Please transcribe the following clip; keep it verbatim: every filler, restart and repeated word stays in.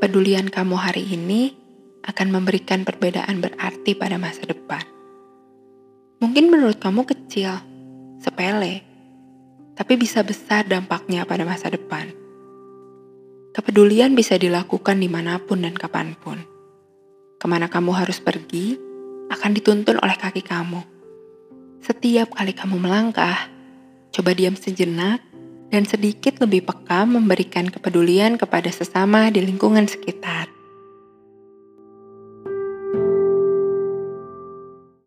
kepedulian kamu hari ini akan memberikan perbedaan berarti pada masa depan. Mungkin menurut kamu kecil, sepele, tapi bisa besar dampaknya pada masa depan. Kepedulian bisa dilakukan dimanapun dan kapanpun. Kemana kamu harus pergi, akan dituntun oleh kaki kamu. Setiap kali kamu melangkah, coba diam sejenak dan sedikit lebih peka memberikan kepedulian kepada sesama di lingkungan sekitar.